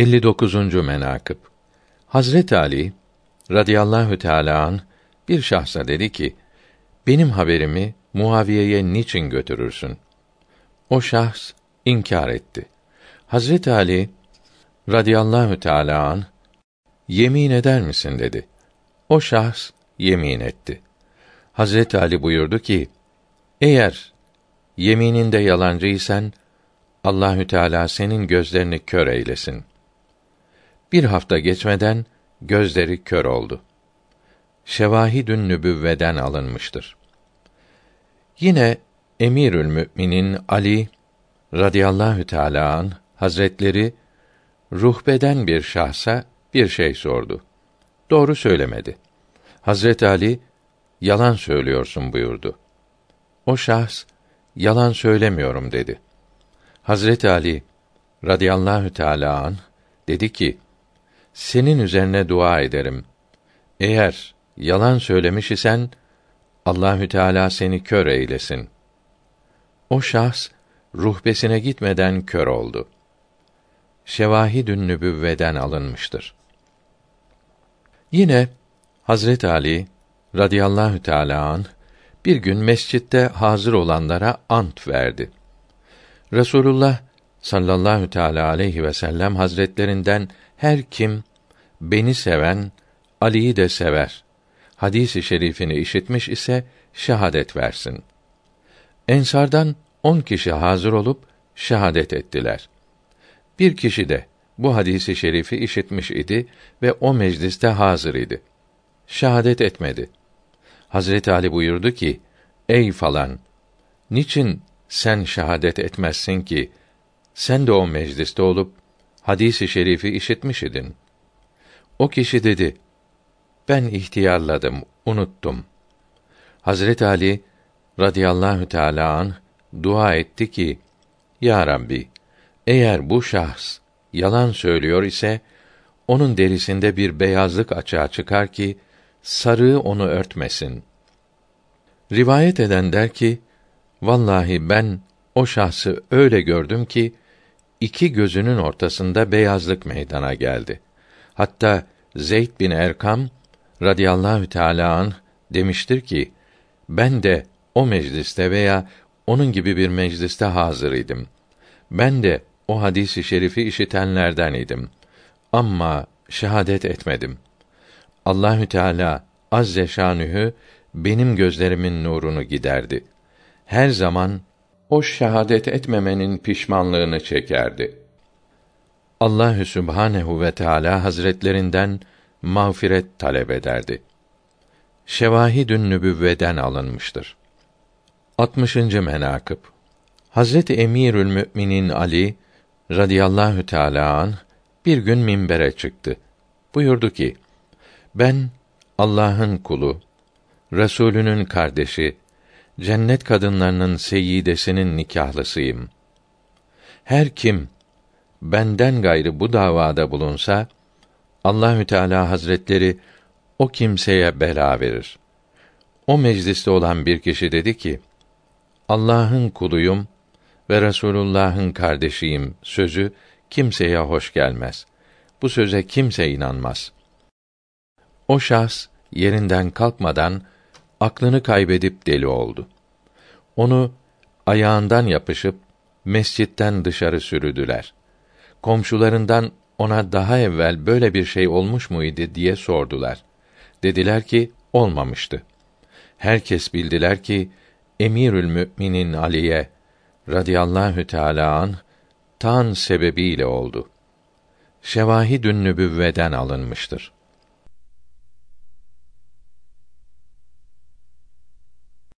59. menakıb Hazret Ali radıyallahu teâlâ anh bir şahsa dedi ki: "Benim haberimi Muaviye'ye niçin götürürsün?" O şahs inkar etti. Hazret Ali radıyallahu teâlâ anh, "Yemin eder misin?" dedi. O şahs yemin etti. Hazret Ali buyurdu ki: "Eğer yemininde yalancıysan, Allahü Teala senin gözlerini kör eylesin." Bir hafta geçmeden gözleri kör oldu. Şevahidün Nübüvveden alınmıştır. Yine Emirül Müminin Ali radıyallahu teâlâ anh hazretleri ruhbeden bir şahsa bir şey sordu. Doğru söylemedi. Hazret Ali, "Yalan söylüyorsun." buyurdu. O şahs, "Yalan söylemiyorum." dedi. Hazret Ali radıyallahu teâlâ anh dedi ki: "Senin üzerine dua ederim. Eğer yalan söylemiş isen, Allahü Teala seni kör eylesin." O şahs ruhbesine gitmeden kör oldu. Şevahidün Nübüvveden alınmıştır. Yine Hazret Ali radıyallahu teâlâ anh bir gün mescitte hazır olanlara ant verdi. Resulullah sallallahu teâlâ aleyhi ve sellem hazretlerinden her kim beni seven Ali'yi de sever hadisi şerifini işitmiş ise şehadet versin. Ensardan 10 kişi hazır olup şehadet ettiler. Bir kişi de bu hadisi şerifi işitmiş idi ve o mecliste hazır idi. Şehadet etmedi. Hazreti Ali buyurdu ki: "Ey falan, niçin sen şehadet etmezsin ki? Sen de o mecliste olup hadisi şerifi işitmiş idin." O kişi dedi: "Ben ihtiyarladım, unuttum." Hazret Ali radıyallahu teâlâ anh dua etti ki: "Ya Rabbi, eğer bu şahs yalan söylüyor ise, onun derisinde bir beyazlık açığa çıkar ki sarığı onu örtmesin." Rivayet eden der ki: "Vallahi ben o şahsı öyle gördüm ki iki gözünün ortasında beyazlık meydana geldi. Hatta Zeyd bin Erkam radıyallahu teâlâ anh demiştir ki, ben de o mecliste veya onun gibi bir mecliste hazır idim. Ben de o hadisi şerifi işitenlerden idim. Ama şehadet etmedim. Allahü Teala azze şanühü benim gözlerimin nurunu giderdi. Her zaman o şehadet etmemenin pişmanlığını çekerdi." Allahü Sübhanehu ve Teala hazretlerinden mağfiret talep ederdi. Şevahidün Nübüvveden alınmıştır. 60. menakıb Hazreti Emirül Müminin Ali radıyallahu teâlâ anh bir gün minbere çıktı. Buyurdu ki: "Ben Allah'ın kulu, Resulünün kardeşi, cennet kadınlarının seyyidesinin nikahlısıyım. Her kim benden gayrı bu davada bulunsa, Allahü Teala Hazretleri o kimseye bela verir." O mecliste olan bir kişi dedi ki: "Allah'ın kuluyum ve Resulullah'ın kardeşiyim" sözü kimseye hoş gelmez. Bu söze kimse inanmaz. O şahs yerinden kalkmadan aklını kaybedip deli oldu. Onu ayağından yapışıp mescitten dışarı sürüdüler. Komşularından ona daha evvel böyle bir şey olmuş muydu diye sordular. Dediler ki olmamıştı. Herkes bildiler ki Emirül Müminin Ali'ye radıyallahu teâlâ anh tan sebebiyle oldu. Şevahidün Nübüvveden alınmıştır.